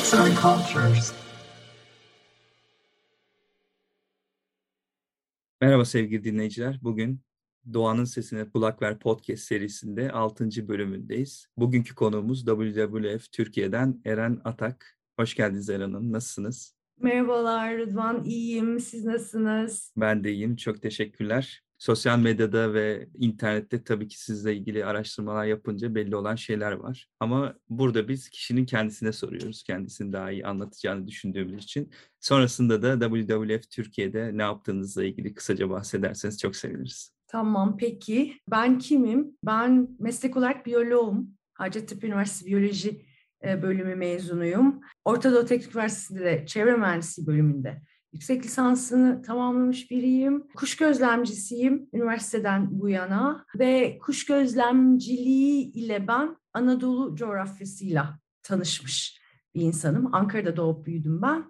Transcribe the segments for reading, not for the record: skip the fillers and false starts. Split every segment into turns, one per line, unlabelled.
Arts and Cultures.
Merhaba sevgili dinleyiciler. Bugün Doğanın Sesine Kulak Ver podcast serisinde 6. bölümündeyiz. Bugünkü konuğumuz WWF Türkiye'den Eren Atak. Hoş geldiniz Eren Hanım. Nasılsınız?
Merhabalar Rıdvan, iyiyim. Siz nasılsınız?
Ben de iyiyim. Çok teşekkürler. Sosyal medyada ve internette tabii ki sizle ilgili araştırmalar yapınca belli olan şeyler var. Ama burada biz kişinin kendisine soruyoruz. Kendisini daha iyi anlatacağını düşündüğümüz için. Sonrasında da WWF Türkiye'de ne yaptığınızla ilgili kısaca bahsederseniz çok seviniriz.
Tamam, peki. Ben kimim? Ben meslek olarak biyoloğum. Hacettepe Üniversitesi Biyoloji bölümü mezunuyum. Orta Doğu Teknik Üniversitesi'nde de çevre mühendisliği bölümünde yüksek lisansını tamamlamış biriyim. Kuş gözlemcisiyim üniversiteden bu yana ve kuş gözlemciliği ile ben Anadolu coğrafyasıyla tanışmış bir insanım. Ankara'da doğup büyüdüm ben.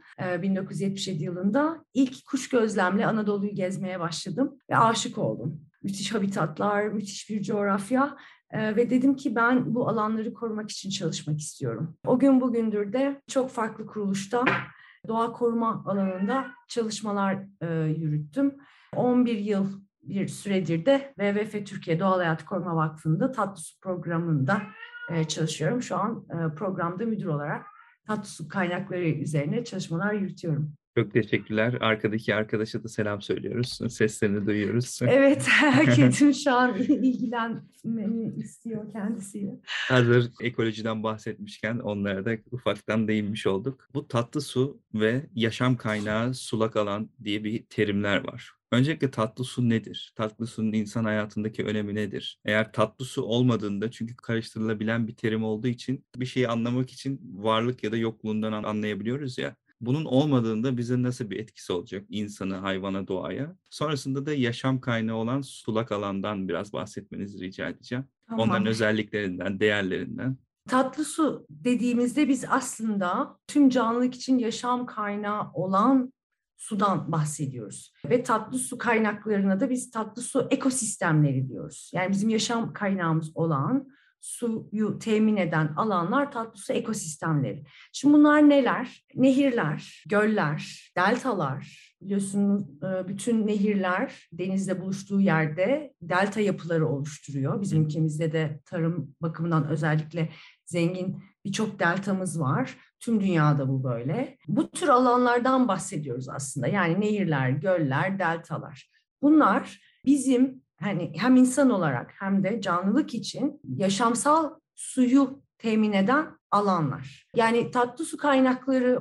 1977 yılında ilk kuş gözlemle Anadolu'yu gezmeye başladım ve aşık oldum. Müthiş habitatlar, müthiş bir coğrafya. Ve dedim ki ben bu alanları korumak için çalışmak istiyorum. O gün bugündür de çok farklı kuruluşta doğa koruma alanında çalışmalar yürüttüm. 11 yıl bir süredir de WWF Türkiye Doğal Hayat Koruma Vakfı'nda Tatlı Su programında çalışıyorum. Şu an programda müdür olarak tatlı su kaynakları üzerine çalışmalar yürütüyorum.
Çok teşekkürler. Arkadaki arkadaşa da selam söylüyoruz. Seslerini duyuyoruz.
Evet, herkesin şu an ilgilenmemi istiyor kendisiyle.
Hazır ekolojiden bahsetmişken onlara da ufaktan değinmiş olduk. Bu tatlı su ve yaşam kaynağı sulak alan diye bir terimler var. Öncelikle tatlı su nedir? Tatlı suyun insan hayatındaki önemi nedir? Eğer tatlı su olmadığında, çünkü karıştırılabilen bir terim olduğu için bir şeyi anlamak için varlık ya da yokluğundan anlayabiliyoruz ya. Bunun olmadığında bize nasıl bir etkisi olacak insana, hayvana, doğaya? Sonrasında da yaşam kaynağı olan sulak alandan biraz bahsetmenizi rica edeceğim.
Tamam.
Onların özelliklerinden, değerlerinden.
Tatlı su dediğimizde biz aslında tüm canlılık için yaşam kaynağı olan sudan bahsediyoruz. Ve tatlı su kaynaklarına da biz tatlı su ekosistemleri diyoruz. Yani bizim yaşam kaynağımız olan suyu temin eden alanlar tatlı su ekosistemleri. Şimdi bunlar neler? Nehirler, göller, deltalar. Biliyorsunuz bütün nehirler denizle buluştuğu yerde delta yapıları oluşturuyor. Bizim ülkemizde de tarım bakımından özellikle zengin birçok deltamız var. Tüm dünyada bu böyle. Bu tür alanlardan bahsediyoruz aslında. Yani nehirler, göller, deltalar. Bunlar bizim hani hem insan olarak hem de canlılık için yaşamsal suyu temin eden alanlar. Yani tatlı su kaynakları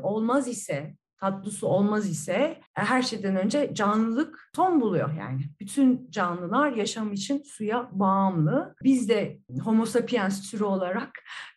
tatlı su olmaz ise her şeyden önce canlılık son buluyor yani. Bütün canlılar yaşam için suya bağımlı. Biz de Homo sapiens türü olarak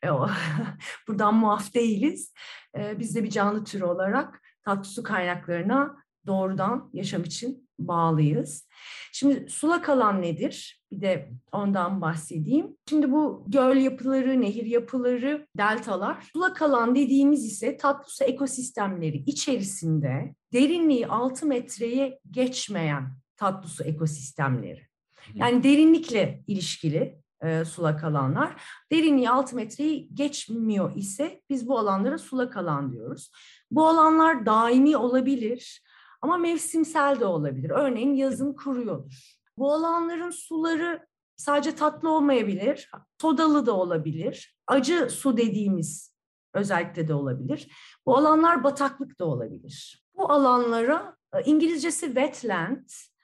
buradan muaf değiliz. Biz de bir canlı türü olarak tatlı su kaynaklarına doğrudan yaşam için bağlıyız. Şimdi sulak alan nedir? Bir de ondan bahsedeyim. Şimdi bu göl yapıları, nehir yapıları, deltalar. Sulak alan dediğimiz ise tatlı su ekosistemleri içerisinde derinliği 6 metreye geçmeyen tatlı su ekosistemleri. Yani derinlikle ilişkili sulak alanlar. Derinliği 6 metreyi geçmiyor ise biz bu alanlara sulak alan diyoruz. Bu alanlar daimi olabilir ama mevsimsel de olabilir. Örneğin yazın kuruyordur. Bu alanların suları sadece tatlı olmayabilir, sodalı da olabilir, acı su dediğimiz özellikle de olabilir. Bu alanlar bataklık da olabilir. Bu alanlara İngilizcesi wetland,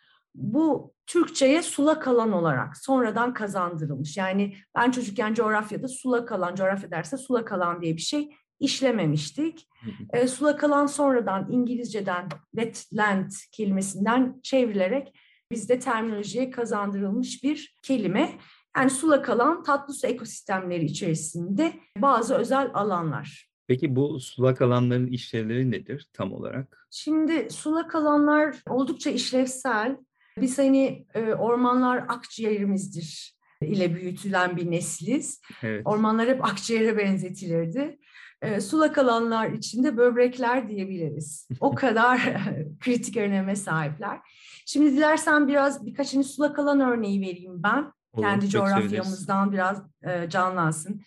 bu Türkçe'ye sulak alan olarak sonradan kazandırılmış. Yani ben çocukken coğrafyada sulak alan, coğrafya derse sulak alan diye bir şey işlememiştik. Sulak alan sonradan İngilizceden wetland kelimesinden çevrilerek bizde terminolojiye kazandırılmış bir kelime. Yani sulak alan tatlı su ekosistemleri içerisinde bazı özel alanlar.
Peki bu sulak alanların işlevleri nedir tam olarak?
Şimdi sulak alanlar oldukça işlevsel. Biz hani ormanlar akciğerimizdir ile büyütülen bir nesiliz.
Evet.
Ormanlar hep akciğere benzetilirdi. Sulak alanlar içinde böbrekler diyebiliriz. O kadar kritik öneme sahipler. Şimdi dilersen birkaç sulak alan örneği vereyim ben.
Olur,
Kendi
çok
coğrafyamızdan biraz canlansın.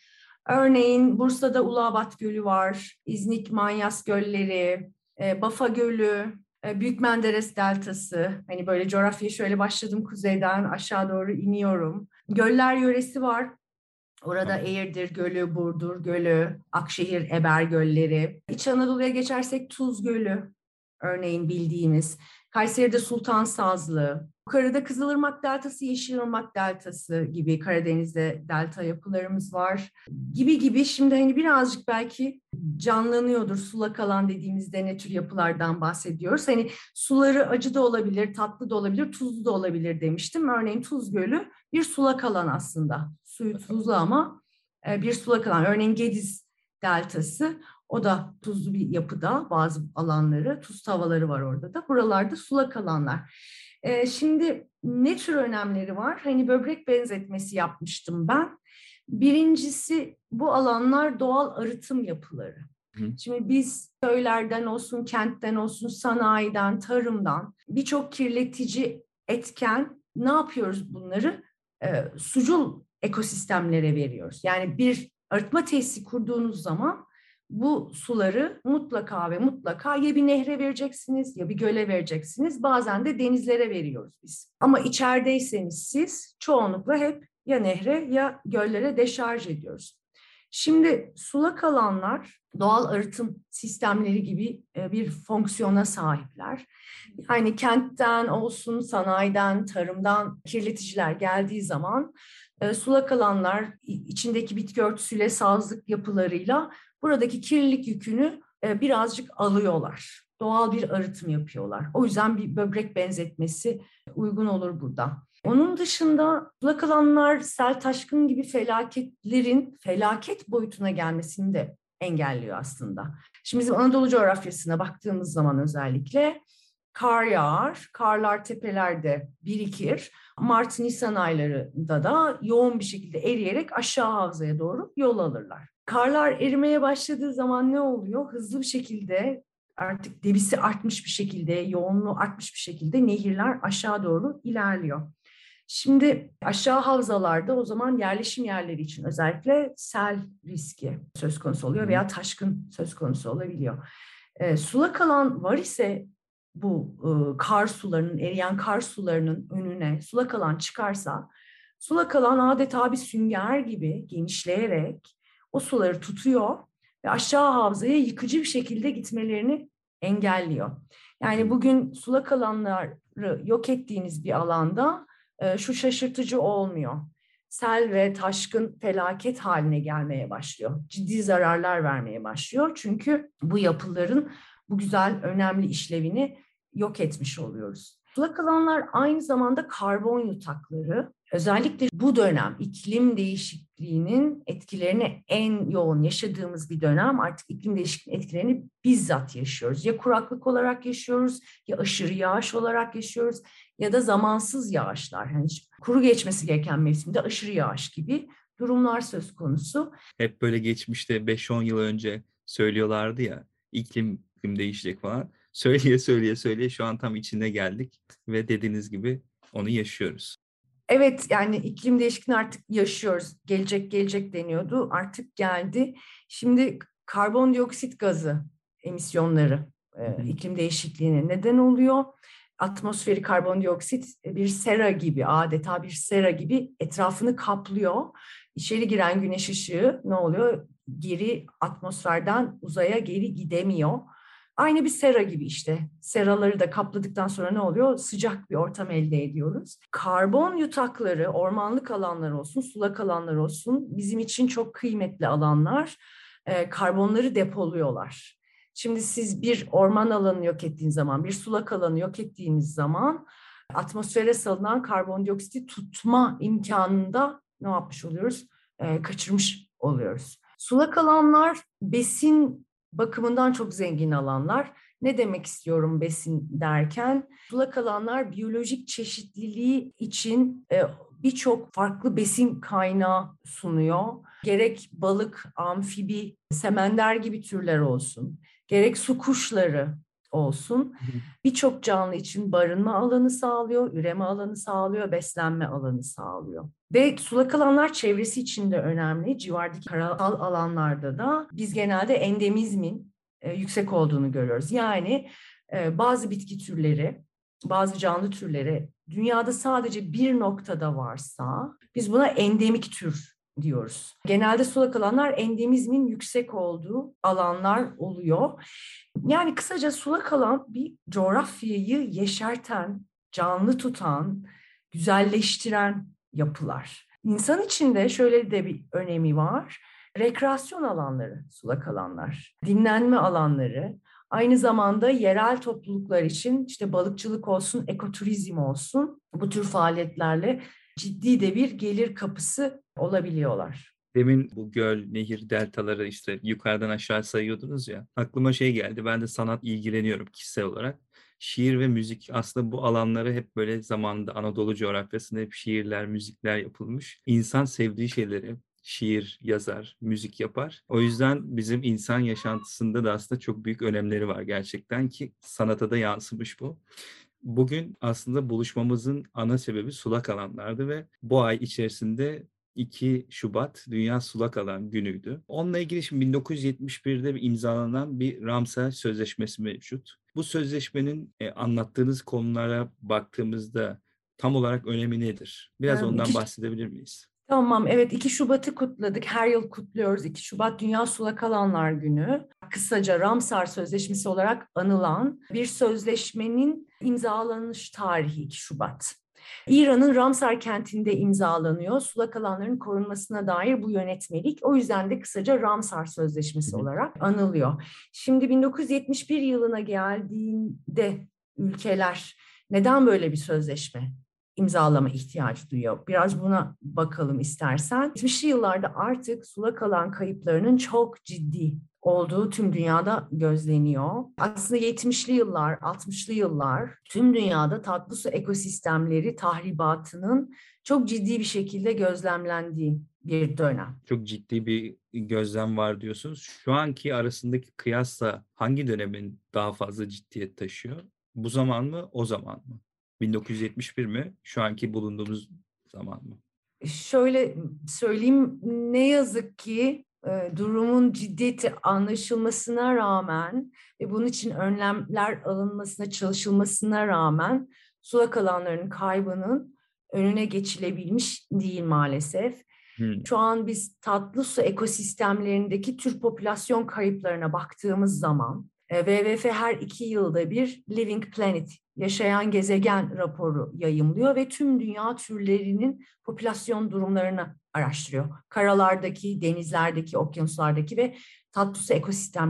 Örneğin Bursa'da Uluabat Gölü var, İznik Manyas Gölleri, Bafa Gölü, Büyük Menderes Deltası. Hani böyle coğrafyaya şöyle başladım, kuzeyden aşağı doğru iniyorum. Göller yöresi var. Orada
Tamam.
Eğirdir Gölü, Burdur Gölü, Akşehir, Eber Gölleri. İç Anadolu'ya geçersek Tuz Gölü, örneğin bildiğimiz. Kayseri'de Sultan Sazlı. Yukarıda Kızılırmak Deltası, Yeşilırmak Deltası gibi Karadeniz'de delta yapılarımız var. Gibi gibi şimdi hani birazcık belki canlanıyordur sulak alan dediğimizde ne tür yapılardan bahsediyoruz. Hani suları acı da olabilir, tatlı da olabilir, tuzlu da olabilir demiştim. Örneğin Tuz Gölü bir sulak alan aslında. Suyu tuzlu ama bir sulak alan. Örneğin Gediz Deltası, o da tuzlu bir yapıda, bazı alanları, tuz havaları var orada da. Buralarda sulak alanlar. Şimdi ne tür önemleri var? Hani böbrek benzetmesi yapmıştım ben. Birincisi, bu alanlar doğal arıtım yapıları.
Hı.
Şimdi biz köylerden olsun, kentten olsun, sanayiden, tarımdan birçok kirletici etken, ne yapıyoruz bunları? Sucul ekosistemlere veriyoruz. Yani bir arıtma tesisi kurduğunuz zaman bu suları mutlaka ve mutlaka ya bir nehre vereceksiniz ya bir göle vereceksiniz. Bazen de denizlere veriyoruz biz. Ama içerideyseniz siz çoğunlukla hep ya nehre ya göllere deşarj ediyoruz. Şimdi sulak alanlar doğal arıtım sistemleri gibi bir fonksiyona sahipler. Yani kentten olsun, sanayiden, tarımdan kirleticiler geldiği zaman sulak alanlar içindeki bitki örtüsüyle, sazlık yapılarıyla buradaki kirlilik yükünü birazcık alıyorlar. Doğal bir arıtım yapıyorlar. O yüzden bir böbrek benzetmesi uygun olur burada. Onun dışında sulak alanlar sel, taşkın gibi felaketlerin felaket boyutuna gelmesini de engelliyor aslında. Şimdi bizim Anadolu coğrafyasına baktığımız zaman özellikle kar yağar, karlar tepelerde birikir. Mart-Nisan aylarında da yoğun bir şekilde eriyerek aşağı havzaya doğru yol alırlar. Karlar erimeye başladığı zaman ne oluyor? Hızlı bir şekilde, artık debisi artmış bir şekilde, yoğunluğu artmış bir şekilde nehirler aşağı doğru ilerliyor. Şimdi aşağı havzalarda o zaman yerleşim yerleri için özellikle sel riski söz konusu oluyor veya taşkın söz konusu olabiliyor. Sulak alan var ise bu kar sularının, eriyen kar sularının önüne sulak alan çıkarsa, sulak alan adeta bir sünger gibi genişleyerek o suları tutuyor ve aşağı havzaya yıkıcı bir şekilde gitmelerini engelliyor. Yani bugün sulak alanları yok ettiğiniz bir alanda şu şaşırtıcı olmuyor. Sel ve taşkın felaket haline gelmeye başlıyor. Ciddi zararlar vermeye başlıyor. Çünkü bu yapıların bu güzel, önemli işlevini yok etmiş oluyoruz. Sulak alanlar aynı zamanda karbon yutakları. Özellikle bu dönem iklim değişikliğinin etkilerini en yoğun yaşadığımız bir dönem. Artık iklim değişikliğinin etkilerini bizzat yaşıyoruz. Ya kuraklık olarak yaşıyoruz, ya aşırı yağış olarak yaşıyoruz, ya da zamansız yağışlar. Yani kuru geçmesi gereken mevsimde aşırı yağış gibi durumlar söz konusu.
Hep böyle geçmişte 5-10 yıl önce söylüyorlardı ya, iklim değişecek falan. Söyleye söyleye söyleye şu an tam içine geldik ve dediğiniz gibi onu yaşıyoruz.
Evet, yani iklim değişikliğini artık yaşıyoruz. Gelecek gelecek deniyordu. Artık geldi. Şimdi karbondioksit gazı emisyonları iklim değişikliğine neden oluyor. Atmosferi karbondioksit bir sera gibi, adeta bir sera gibi etrafını kaplıyor. İçeri giren güneş ışığı ne oluyor? Geri atmosferden uzaya geri gidemiyor. Aynı bir sera gibi işte. Seraları da kapladıktan sonra ne oluyor? Sıcak bir ortam elde ediyoruz. Karbon yutakları, ormanlık alanlar olsun, sulak alanlar olsun bizim için çok kıymetli alanlar. Karbonları depoluyorlar. Şimdi siz bir orman alanı yok ettiğiniz zaman, bir sulak alanı yok ettiğiniz zaman atmosfere salınan karbondioksiti tutma imkanında ne yapmış oluyoruz? Kaçırmış oluyoruz. Sulak alanlar besin bakımından çok zengin alanlar. Ne demek istiyorum besin derken? Sulak alanlar biyolojik çeşitliliği için birçok farklı besin kaynağı sunuyor. Gerek balık, amfibi, semender gibi türler olsun, gerek su kuşları, olsun.
Hı hı.
Birçok canlı için barınma alanı sağlıyor, üreme alanı sağlıyor, beslenme alanı sağlıyor. Ve sulak alanlar çevresi için de önemli. Civardaki karasal alanlarda da biz genelde endemizmin yüksek olduğunu görüyoruz. Yani bazı bitki türleri, bazı canlı türleri dünyada sadece bir noktada varsa biz buna endemik tür diyoruz. Genelde sulak alanlar endemizmin yüksek olduğu alanlar oluyor. Yani kısaca sulak alan bir coğrafyayı yeşerten, canlı tutan, güzelleştiren yapılar. İnsan için de şöyle de bir önemi var. Rekreasyon alanları, sulak alanlar, dinlenme alanları, aynı zamanda yerel topluluklar için işte balıkçılık olsun, ekoturizm olsun bu tür faaliyetlerle ciddi de bir gelir kapısı olabiliyorlar.
Demin bu göl, nehir, deltaları işte yukarıdan aşağı sayıyordunuz ya. Aklıma şey geldi. Ben de sanat ilgileniyorum kişisel olarak. Şiir ve müzik aslında bu alanları hep böyle zamanında Anadolu coğrafyasında hep şiirler, müzikler yapılmış. İnsan sevdiği şeyleri şiir yazar, müzik yapar. O yüzden bizim insan yaşantısında da aslında çok büyük önemleri var gerçekten ki sanata da yansımış bu. Bugün aslında buluşmamızın ana sebebi sulak alanlardı ve bu ay içerisinde 2 Şubat Dünya Sulak Alan Günü'ydü. Onunla ilgili şimdi 1971'de imzalanan bir Ramsar Sözleşmesi mevcut. Bu sözleşmenin anlattığınız konulara baktığımızda tam olarak önemi nedir? Biraz ondan
İki
bahsedebilir miyiz?
Tamam, evet 2 Şubat'ı kutladık. Her yıl kutluyoruz. 2 Şubat Dünya Sulak Alanlar Günü. Kısaca Ramsar Sözleşmesi olarak anılan bir sözleşmenin imzalanış tarihi 2 Şubat. İran'ın Ramsar kentinde imzalanıyor. Sulak alanların korunmasına dair bu yönetmelik. O yüzden de kısaca Ramsar
Hı
Sözleşmesi
hı.
olarak anılıyor. Şimdi 1971 yılına geldiğinde ülkeler neden böyle bir sözleşme imzalama ihtiyacı duyuyor? Biraz buna bakalım istersen. 70'li yıllarda artık sulak alan kayıplarının çok ciddi olduğu tüm dünyada gözleniyor. Aslında 70'li yıllar, 60'lı yıllar tüm dünyada tatlı su ekosistemleri tahribatının çok ciddi bir şekilde gözlemlendiği bir dönem.
Çok ciddi bir gözlem var diyorsunuz. Şu anki arasındaki kıyasla hangi dönemin daha fazla ciddiyet taşıyor? Bu zaman mı, o zaman mı? 1971 mi, şu anki bulunduğumuz zaman mı?
Şöyle söyleyeyim, ne yazık ki durumun ciddiyeti anlaşılmasına rağmen ve bunun için önlemler alınmasına çalışılmasına rağmen sulak alanların kaybının önüne geçilebilmiş değil maalesef.
Hmm.
Şu an biz tatlı su ekosistemlerindeki tür popülasyon kayıplarına baktığımız zaman WWF her 2 yılda bir Living Planet, yaşayan gezegen raporu yayımlıyor ve tüm dünya türlerinin popülasyon durumlarını araştırıyor. Karalardaki, denizlerdeki, okyanuslardaki ve tatlı su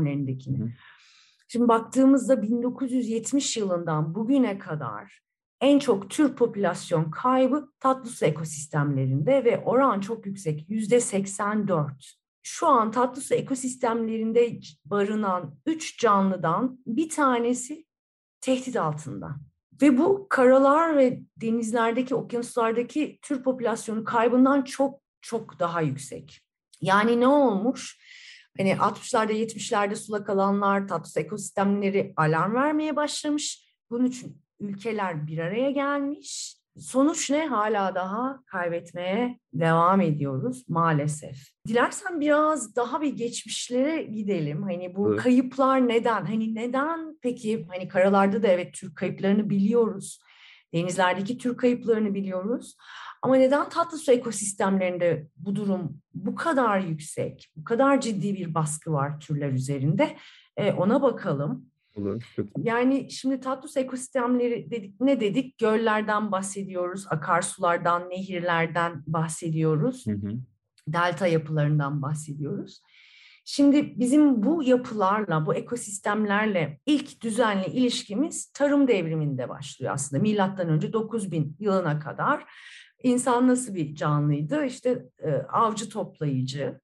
Hı
ekosistemlerindekini.
hı.
Şimdi baktığımızda 1970 yılından bugüne kadar en çok tür popülasyon kaybı tatlı su ekosistemlerinde ve oran çok yüksek, %84. Şu an tatlı su ekosistemlerinde barınan 3 canlıdan bir tanesi tehdit altında. Ve bu karalar ve denizlerdeki, okyanuslardaki tür popülasyonu kaybından çok çok daha yüksek. Yani ne olmuş? Hani 60'larda 70'lerde sulak alanlar, tatlı su ekosistemleri alarm vermeye başlamış. Bunun için ülkeler bir araya gelmiş. Sonuç ne? Hala daha kaybetmeye devam ediyoruz maalesef. Dilersen biraz daha bir geçmişlere gidelim. Hani bu
Olur.
kayıplar neden? Hani neden peki? Hani karalarda da evet tür kayıplarını biliyoruz. Denizlerdeki tür kayıplarını biliyoruz. Ama neden tatlı su ekosistemlerinde bu durum bu kadar yüksek, bu kadar ciddi bir baskı var türler üzerinde? Ona bakalım.
Olur. Çok iyi.
Yani şimdi tatlı su ekosistemleri dedik, ne dedik? Göllerden bahsediyoruz, akarsulardan, nehirlerden bahsediyoruz,
Hı hı.
delta yapılarından bahsediyoruz. Şimdi bizim bu yapılarla, bu ekosistemlerle ilk düzenli ilişkimiz tarım devriminde başlıyor aslında. Milattan önce 9000 yılına kadar insan nasıl bir canlıydı? İşte avcı toplayıcı.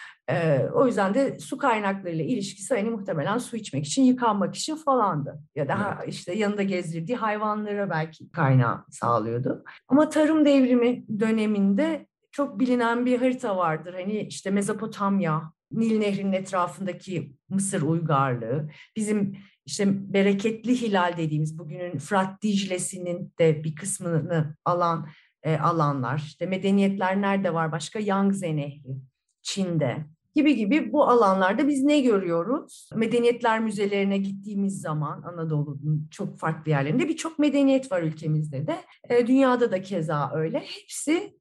O yüzden de su kaynaklarıyla ilişkisi hani muhtemelen su içmek için, yıkanmak için falandı. Ya da
Evet.
işte yanında gezdirdiği hayvanlara belki kaynağı sağlıyordu. Ama tarım devrimi döneminde çok bilinen bir harita vardır. Hani işte Mezopotamya, Nil Nehri'nin etrafındaki Mısır uygarlığı, bizim işte bereketli hilal dediğimiz bugünün Fırat Dicle'sinin de bir kısmını alan alanlar, işte medeniyetler nerede var başka? Yangtze Nehri, Çin'de gibi gibi bu alanlarda biz ne görüyoruz? Medeniyetler müzelerine gittiğimiz zaman Anadolu'nun çok farklı yerlerinde birçok medeniyet var ülkemizde de. Dünyada da keza öyle. Hepsi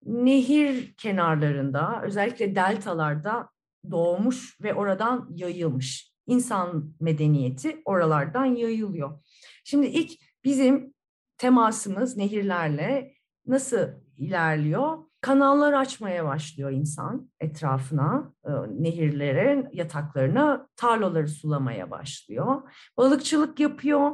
nehir kenarlarında, özellikle deltalarda doğmuş ve oradan yayılmış. İnsan medeniyeti oralardan yayılıyor. Şimdi ilk bizim temasımız nehirlerle nasıl ilerliyor? Kanallar açmaya başlıyor insan etrafına, nehirlerin yataklarına, tarlaları sulamaya başlıyor. Balıkçılık yapıyor,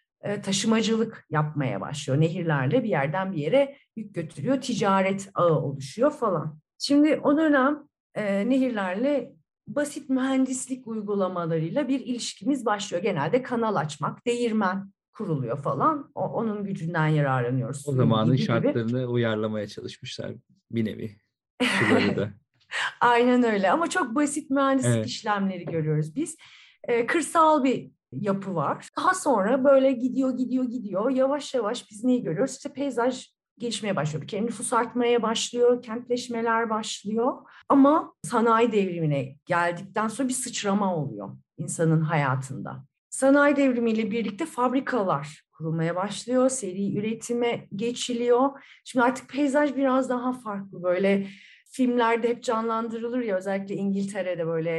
taşımacılık yapmaya başlıyor. Nehirlerle bir yerden bir yere yük götürüyor, ticaret ağı oluşuyor falan. Şimdi o dönem nehirlerle basit mühendislik uygulamalarıyla bir ilişkimiz başlıyor. Genelde kanal açmak, değirmen kuruluyor falan. Onun gücünden yararlanıyoruz,
O
suyun
zamanın
gibi.
şartlarını uyarlamaya çalışmışlar bir nevi. Suları da.
Aynen öyle ama çok basit mühendislik
Evet.
işlemleri görüyoruz biz. Kırsal bir yapı var. Daha sonra böyle gidiyor. Yavaş yavaş biz neyi görüyoruz? İşte peyzaj gelişmeye başlıyor. Bir kere nüfus artmaya başlıyor, kentleşmeler başlıyor. Ama sanayi devrimine geldikten sonra bir sıçrama oluyor insanın hayatında. Sanayi devrimiyle birlikte fabrikalar kurulmaya başlıyor, seri üretime geçiliyor. Şimdi artık peyzaj biraz daha farklı, böyle filmlerde hep canlandırılır ya, özellikle İngiltere'de böyle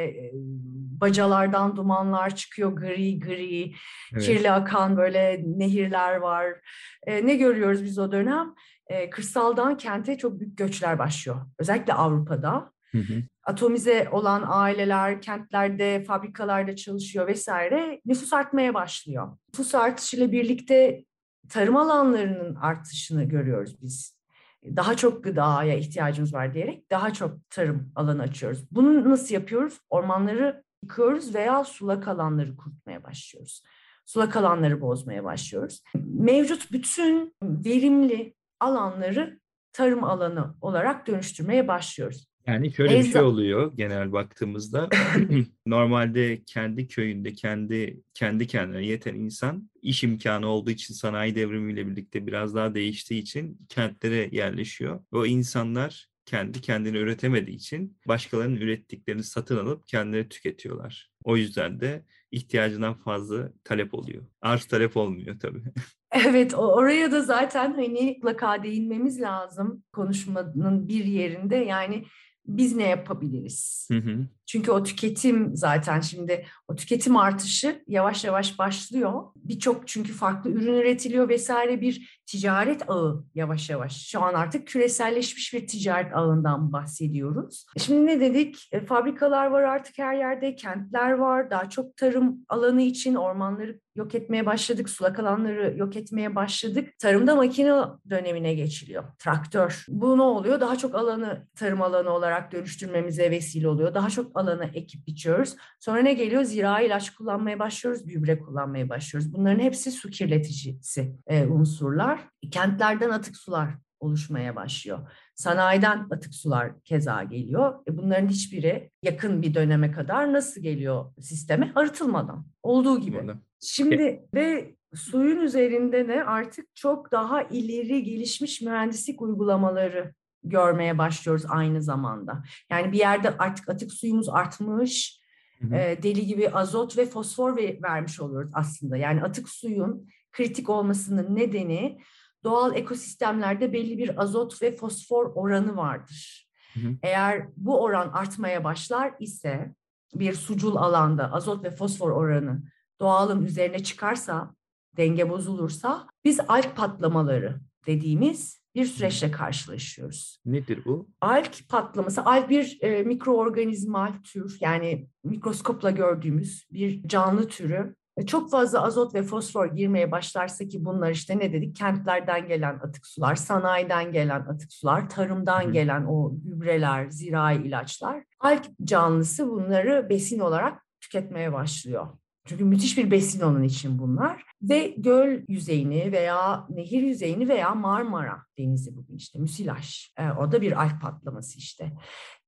bacalardan dumanlar çıkıyor, gri gri,
Evet.
kirli akan böyle nehirler var. Ne görüyoruz biz o dönem? Kırsaldan kente çok büyük göçler başlıyor. Özellikle Avrupa'da.
Hı hı.
Atomize olan aileler kentlerde, fabrikalarda çalışıyor vesaire. Nüfus artmaya başlıyor. Nüfus artışıyla birlikte tarım alanlarının artışını görüyoruz biz. Daha çok gıdaya ihtiyacımız var diyerek daha çok tarım alanı açıyoruz. Bunu nasıl yapıyoruz? Ormanları yıkıyoruz veya sulak alanları kurutmaya başlıyoruz. Sulak alanları bozmaya başlıyoruz. Mevcut bütün verimli alanları tarım alanı olarak dönüştürmeye başlıyoruz.
Yani şöyle bir şey
Peyza
oluyor genel baktığımızda. Normalde kendi köyünde kendi kendine yeten insan iş imkanı olduğu için sanayi devrimiyle birlikte biraz daha değiştiği için kentlere yerleşiyor. Ve o insanlar kendi kendini üretemediği için başkalarının ürettiklerini satın alıp kendileri tüketiyorlar. O yüzden de ihtiyacından fazla talep oluyor. Arz talep olmuyor tabii.
Evet, oraya da zaten hani mutlaka değinmemiz lazım konuşmanın bir yerinde. Yani biz ne yapabiliriz?
Hı hı.
Çünkü o tüketim zaten şimdi o tüketim artışı yavaş yavaş başlıyor. Birçok çünkü farklı ürün üretiliyor vesaire, bir ticaret ağı yavaş yavaş. Şu an artık küreselleşmiş bir ticaret ağından bahsediyoruz. Şimdi ne dedik? Fabrikalar var artık her yerde, kentler var. Daha çok tarım alanı için ormanları yok etmeye başladık, sulak alanları yok etmeye başladık. Tarımda makine dönemine geçiliyor. Traktör. Bu ne oluyor? Daha çok alanı tarım alanı olarak dönüştürmemize vesile oluyor. Daha çok alana ekip biçiyoruz. Sonra ne geliyor? Zirai ilaç kullanmaya başlıyoruz, gübre kullanmaya başlıyoruz. Bunların hepsi su kirleticisi unsurlar. Kentlerden atık sular oluşmaya başlıyor. Sanayiden atık sular keza geliyor. Bunların hiçbiri yakın bir döneme kadar nasıl geliyor sisteme? Arıtılmadan. Olduğu gibi.
Orada.
Şimdi ve suyun üzerinde ne artık çok daha ileri gelişmiş mühendislik uygulamaları görmeye başlıyoruz aynı zamanda. Yani bir yerde artık atık suyumuz artmış,
Hı hı.
deli gibi azot ve fosfor vermiş oluyoruz aslında. Yani atık suyun kritik olmasının nedeni doğal ekosistemlerde belli bir azot ve fosfor oranı vardır.
Hı hı.
Eğer bu oran artmaya başlar ise bir sucul alanda azot ve fosfor oranı doğalın üzerine çıkarsa, denge bozulursa biz alg patlamaları dediğimiz bir
Hı hı.
süreçle karşılaşıyoruz.
Nedir bu?
Alg patlaması, alg bir mikroorganizmal tür, yani mikroskopla gördüğümüz bir canlı türü. Çok fazla azot ve fosfor girmeye başlarsa, ki bunlar işte ne dedik? Kentlerden gelen atık sular, sanayiden gelen atık sular,
Hı
tarımdan
hı.
gelen o gübreler, zirai ilaçlar. Alg canlısı bunları besin olarak tüketmeye başlıyor. Çünkü müthiş bir besin onun için bunlar. Ve göl yüzeyini veya nehir yüzeyini veya Marmara Denizi bugün işte müsilaj. O da bir alg patlaması işte.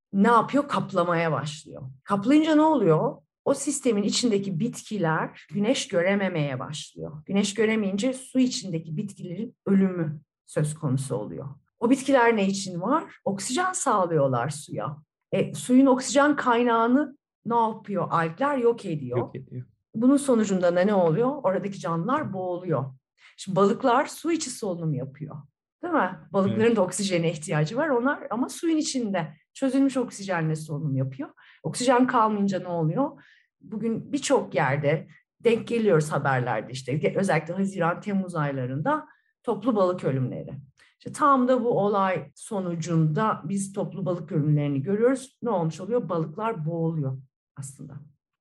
ne yapıyor? Kaplamaya başlıyor. Kaplayınca ne oluyor? O sistemin içindeki bitkiler güneş görememeye başlıyor. Güneş göremeyince su içindeki bitkilerin ölümü söz konusu oluyor. O bitkiler ne için var? Oksijen sağlıyorlar suya. Suyun oksijen kaynağını ne yapıyor? Algler yok ediyor.
Yok ediyor.
Bunun sonucunda da ne oluyor? Oradaki canlılar boğuluyor. Şimdi balıklar su içi solunum yapıyor. Değil mi?
Evet.
Balıkların da oksijene ihtiyacı var. Onlar ama suyun içinde çözülmüş oksijenle solunum yapıyor. Oksijen kalmayınca ne oluyor? Bugün birçok yerde denk geliyoruz haberlerde işte özellikle Haziran, Temmuz aylarında toplu balık ölümleri. İşte tam da bu olay sonucunda biz toplu balık ölümlerini görüyoruz. Ne olmuş oluyor? Balıklar boğuluyor aslında.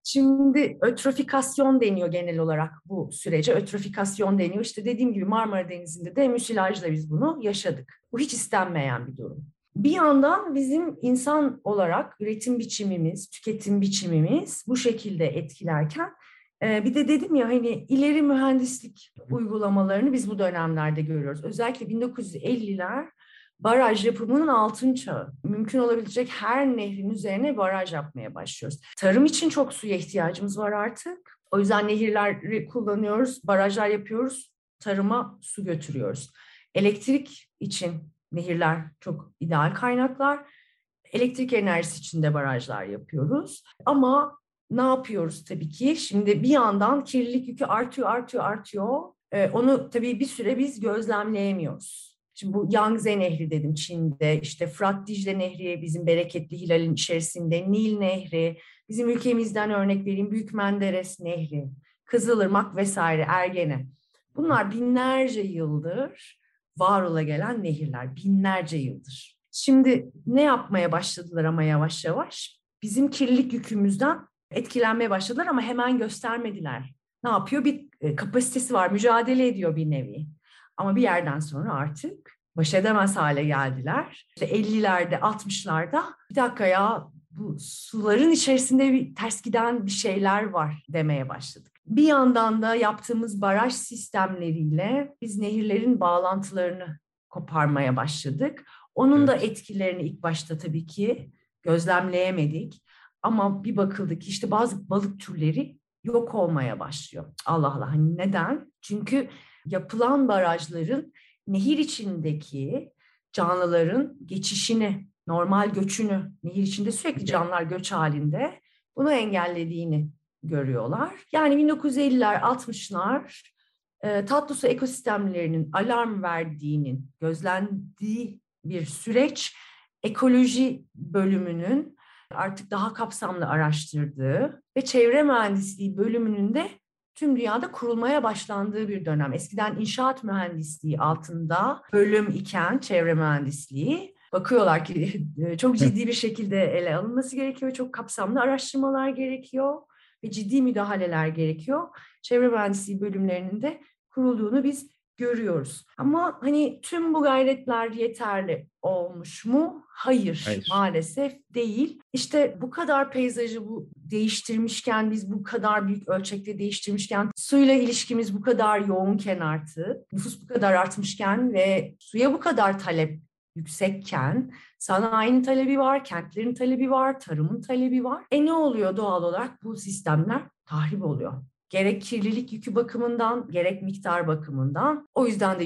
Şimdi ötrofikasyon deniyor genel olarak bu sürece. Ötrofikasyon deniyor. İşte dediğim gibi Marmara Denizi'nde de müsilajla biz bunu yaşadık. Bu hiç istenmeyen bir durum. Bir yandan bizim insan olarak üretim biçimimiz, tüketim biçimimiz bu şekilde etkilerken bir de dedim ya hani ileri mühendislik uygulamalarını biz bu dönemlerde görüyoruz. Özellikle 1950'ler baraj yapımının altın çağı. Mümkün olabilecek her nehrin üzerine baraj yapmaya başlıyoruz. Tarım için çok suya ihtiyacımız var artık. O yüzden nehirleri kullanıyoruz, barajlar yapıyoruz, tarıma su götürüyoruz. Elektrik için nehirler çok ideal kaynaklar. Elektrik enerjisi için de barajlar yapıyoruz. Ama ne yapıyoruz tabii ki? Şimdi bir yandan kirlilik yükü artıyor. Onu tabii bir süre biz gözlemleyemiyoruz. Şimdi bu Yangtze Nehri dedim Çin'de, işte Fırat Dicle Nehri bizim bereketli Hilal'in içerisinde, Nil Nehri, bizim ülkemizden örnek vereyim Büyük Menderes Nehri, Kızılırmak vesaire, Ergene. Bunlar binlerce yıldır var ola gelen nehirler, binlerce yıldır. Şimdi ne yapmaya başladılar ama yavaş yavaş? Bizim kirlilik yükümüzden etkilenmeye başladılar ama hemen göstermediler. Ne yapıyor? Bir kapasitesi var, mücadele ediyor bir nevi. Ama bir yerden sonra artık baş edemez hale geldiler. İşte 50'lerde, 60'larda bir dakika ya bu suların içerisinde bir ters giden bir şeyler var demeye başladık. Bir yandan da yaptığımız baraj sistemleriyle biz nehirlerin bağlantılarını koparmaya başladık. Onun da
Evet.
etkilerini ilk başta tabii ki gözlemleyemedik. Ama bir bakıldı ki işte bazı balık türleri yok olmaya başlıyor. Allah Allah, hani neden? Çünkü yapılan barajların nehir içindeki canlıların geçişini, normal göçünü, nehir içinde sürekli canlılar göç halinde bunu engellediğini görüyorlar. Yani 1950'ler, 60'lar tatlı su ekosistemlerinin alarm verdiğinin gözlendiği bir süreç, ekoloji bölümünün artık daha kapsamlı araştırdığı ve çevre mühendisliği bölümünün de tüm dünyada kurulmaya başlandığı bir dönem. Eskiden inşaat mühendisliği altında bölüm iken çevre mühendisliği bakıyorlar ki çok ciddi bir şekilde ele alınması gerekiyor. Çok kapsamlı araştırmalar gerekiyor ve ciddi müdahaleler gerekiyor. Çevre mühendisliği bölümlerinin de kurulduğunu biz görüyoruz. Ama hani tüm bu gayretler yeterli olmuş mu? Hayır,
Hayır.
maalesef değil. İşte bu kadar peyzajı bu değiştirmişken, biz bu kadar büyük ölçekte değiştirmişken, suyla ilişkimiz bu kadar yoğunken artık, nüfus bu kadar artmışken ve suya bu kadar talep yüksekken, sanayinin talebi var, kentlerin talebi var, tarımın talebi var. Ne oluyor doğal olarak? Bu sistemler tahrip oluyor. Gerek kirlilik yükü bakımından, gerek miktar bakımından. O yüzden de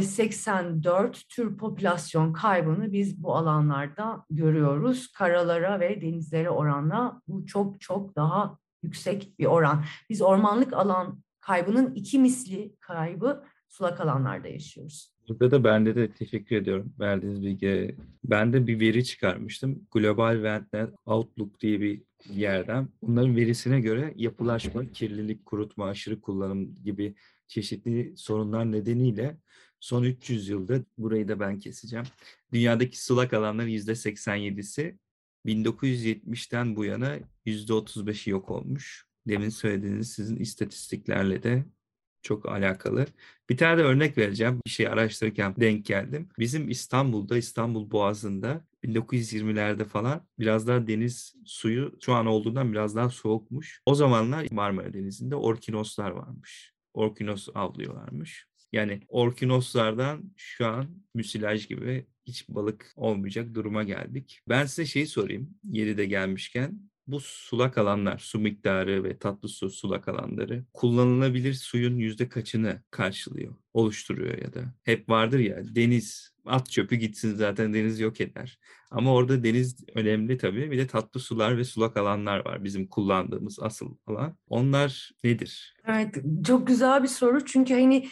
%84 tür popülasyon kaybını biz bu alanlarda görüyoruz. Karalara ve denizlere oranla bu çok çok daha yüksek bir oran. Biz ormanlık alan kaybının 2 misli kaybı sulak alanlarda yaşıyoruz.
Burada da bende de teşekkür ediyorum verdiğiniz bilgiye. Ben de bir veri çıkarmıştım. Global Wetland Outlook diye bir yerden. Bunların verisine göre yapılaşma, kirlilik, kurutma, aşırı kullanım gibi çeşitli sorunlar nedeniyle son 300 yılda, burayı da ben keseceğim, dünyadaki sulak alanların %87'si 1970'ten bu yana %35'i yok olmuş. Demin söylediğiniz sizin istatistiklerle de çok alakalı. Bir tane de örnek vereceğim. Bir şey araştırırken denk geldim. Bizim İstanbul'da, İstanbul Boğazı'nda 1920'lerde falan biraz daha deniz suyu şu an olduğundan biraz daha soğukmuş. O zamanlar Marmara Denizi'nde orkinoslar varmış. Orkinos avlıyorlarmış. Yani orkinoslardan şu an müsilaj gibi hiç balık olmayacak duruma geldik. Ben size şeyi sorayım, yeri de gelmişken. Bu sulak alanlar, su miktarı ve tatlı su sulak alanları kullanılabilir suyun yüzde kaçını karşılıyor, oluşturuyor ya da? Hep vardır ya, deniz, at çöpü gitsin zaten deniz yok eder. Ama orada deniz önemli tabii. Bir de tatlı sular ve sulak alanlar var bizim kullandığımız asıl alan. Onlar nedir?
Evet, çok güzel bir soru çünkü hani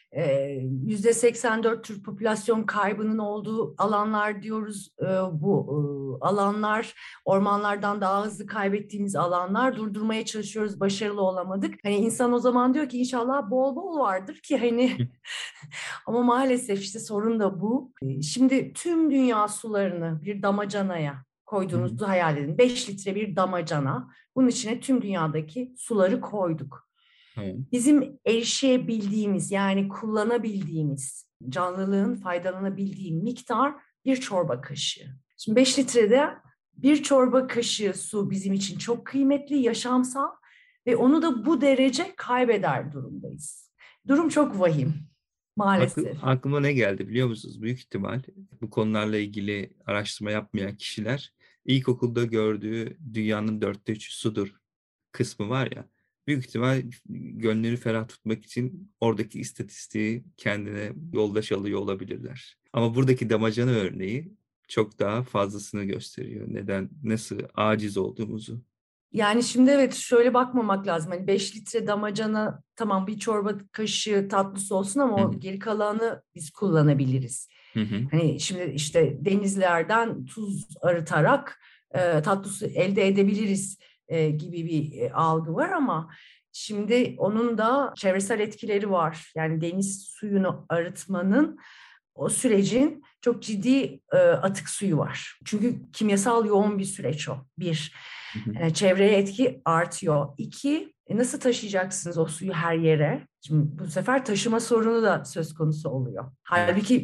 %84 Türk popülasyon kaybının olduğu alanlar diyoruz. Bu alanlar ormanlardan daha hızlı kaybettiğimiz alanlar, durdurmaya çalışıyoruz, başarılı olamadık. Hani insan o zaman diyor ki inşallah bol bol vardır ki hani ama maalesef işte sorun da bu. Şimdi tüm dünya sularını bir damacanaya
Hı hı.
koyduğunuzu hayal edin. 5 litre bir damacana. Bunun içine tüm dünyadaki suları koyduk.
Tamam.
Bizim erişebildiğimiz yani kullanabildiğimiz canlılığın faydalanabildiği miktar bir çorba kaşığı. Şimdi 5 litrede bir çorba kaşığı su bizim için çok kıymetli, yaşamsal ve onu da bu derece kaybeder durumdayız. Durum çok vahim maalesef.
Aklıma ne geldi biliyor musunuz? Büyük ihtimal bu konularla ilgili araştırma yapmayan kişiler ilkokulda gördüğü dünyanın 3/4 sudur kısmı var ya. Büyük ihtimal gönlünü ferah tutmak için oradaki istatistiği kendine yoldaş alıyor olabilirler. Ama buradaki damacana örneği çok daha fazlasını gösteriyor. Neden, nasıl aciz olduğumuzu.
Yani şimdi evet şöyle bakmamak lazım. Hani 5 litre damacana tamam bir çorba kaşığı tatlı su olsun ama
Hı
o
hı,
geri kalanı biz kullanabiliriz.
hı hı,
Hani şimdi işte denizlerden tuz arıtarak tatlı su elde edebiliriz gibi bir algı var ama şimdi onun da çevresel etkileri var. Yani deniz suyunu arıtmanın o sürecin çok ciddi atık suyu var. Çünkü kimyasal yoğun bir süreç o. Bir,
hı hı.
çevreye etki artıyor. İki, nasıl taşıyacaksınız o suyu her yere? Şimdi bu sefer taşıma sorunu da söz konusu oluyor.
Evet.
Halbuki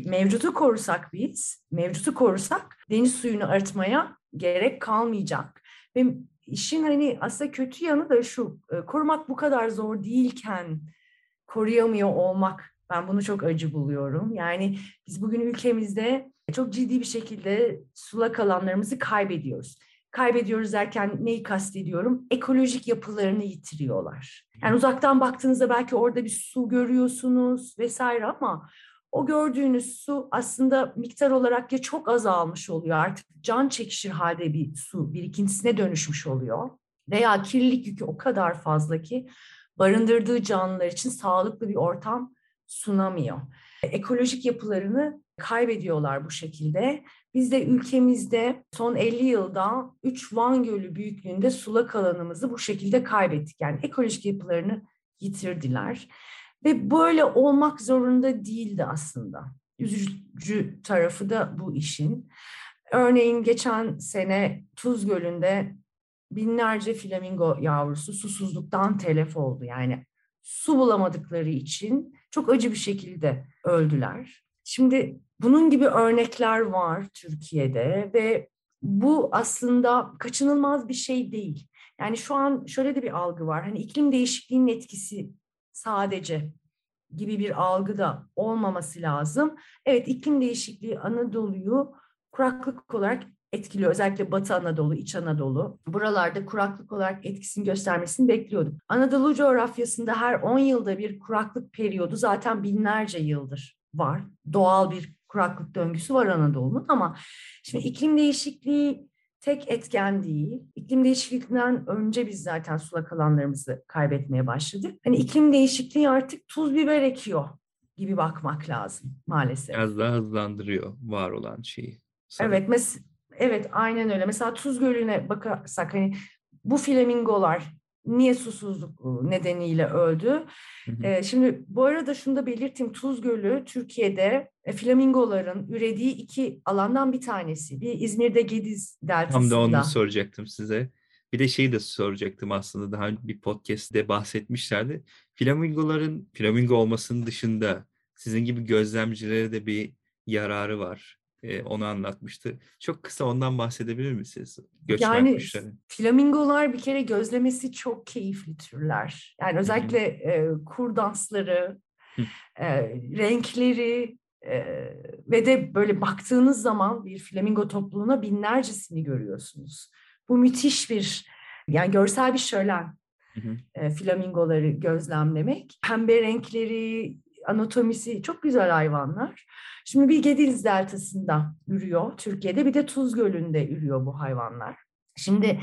mevcutu korusak deniz suyunu arıtmaya gerek kalmayacak. Ve işin hani aslında kötü yanı da şu, korumak bu kadar zor değilken koruyamıyor olmak. Ben bunu çok acı buluyorum. Yani biz bugün ülkemizde çok ciddi bir şekilde sulak alanlarımızı kaybediyoruz. Kaybediyoruz derken neyi kastediyorum? Ekolojik yapılarını yitiriyorlar. Yani uzaktan baktığınızda belki orada bir su görüyorsunuz vesaire ama o gördüğünüz su aslında miktar olarak ya çok azalmış oluyor. Artık can çekişir halde bir su birikintisine dönüşmüş oluyor. Veya kirlilik yükü o kadar fazla ki barındırdığı canlılar için sağlıklı bir ortam sunamıyor. Ekolojik yapılarını kaybediyorlar bu şekilde. Biz de ülkemizde son 50 yılda 3 Van Gölü büyüklüğünde sulak alanımızı bu şekilde kaybettik. Yani ekolojik yapılarını yitirdiler. Ve böyle olmak zorunda değildi aslında. Üzücü tarafı da bu işin. Örneğin geçen sene Tuz Gölü'nde binlerce flamingo yavrusu susuzluktan telef oldu. Yani su bulamadıkları için çok acı bir şekilde öldüler. Şimdi bunun gibi örnekler var Türkiye'de ve bu aslında kaçınılmaz bir şey değil. Yani şu an şöyle de bir algı var. Hani iklim değişikliğinin etkisi sadece gibi bir algı da olmaması lazım. Evet, iklim değişikliği Anadolu'yu kuraklık olarak etkiliyor. Özellikle Batı Anadolu, İç Anadolu. Buralarda kuraklık olarak etkisini göstermesini bekliyorduk. Anadolu coğrafyasında her 10 yılda bir kuraklık periyodu zaten binlerce yıldır var. Doğal bir kuraklık döngüsü var Anadolu'nun ama şimdi iklim değişikliği tek etken değil. İklim değişikliğinden önce biz zaten sulak alanlarımızı kaybetmeye başladık. Hani iklim değişikliği artık tuz biber ekiyor gibi bakmak lazım maalesef.
Biraz daha hızlandırıyor var olan şeyi
Evet,
sanırım.
evet aynen öyle. Mesela Tuz Gölü'ne bakarsak hani bu flamingolar niye susuzluk nedeniyle öldü?
Hı hı.
Şimdi bu arada şunu da belirteyim. Tuz Gölü Türkiye'de flamingoların ürediği iki alandan bir tanesi. Bir İzmir'de Gediz
Tam da onu
deltasında.
soracaktım size. Bir de şeyi de soracaktım aslında daha bir podcast'te bahsetmişlerdi. Flamingo olmasının dışında sizin gibi gözlemcilere de bir yararı var. Onu anlatmıştı. Çok kısa ondan bahsedebilir misiniz? Göçmen
Yani
kuşların.
flamingolar bir kere gözlemesi çok keyifli türler. Yani
Hı hı.
özellikle kur dansları,
Hı
renkleri. Ve de böyle baktığınız zaman bir flamingo topluluğuna binlercesini görüyorsunuz. Bu müthiş bir, yani görsel bir şölen.
Hı hı.
Flamingoları gözlemlemek. Pembe renkleri, anatomisi çok güzel hayvanlar. Şimdi bir Gediz Deltası'nda ürüyor Türkiye'de, bir de Tuz Gölü'nde ürüyor bu hayvanlar. Şimdi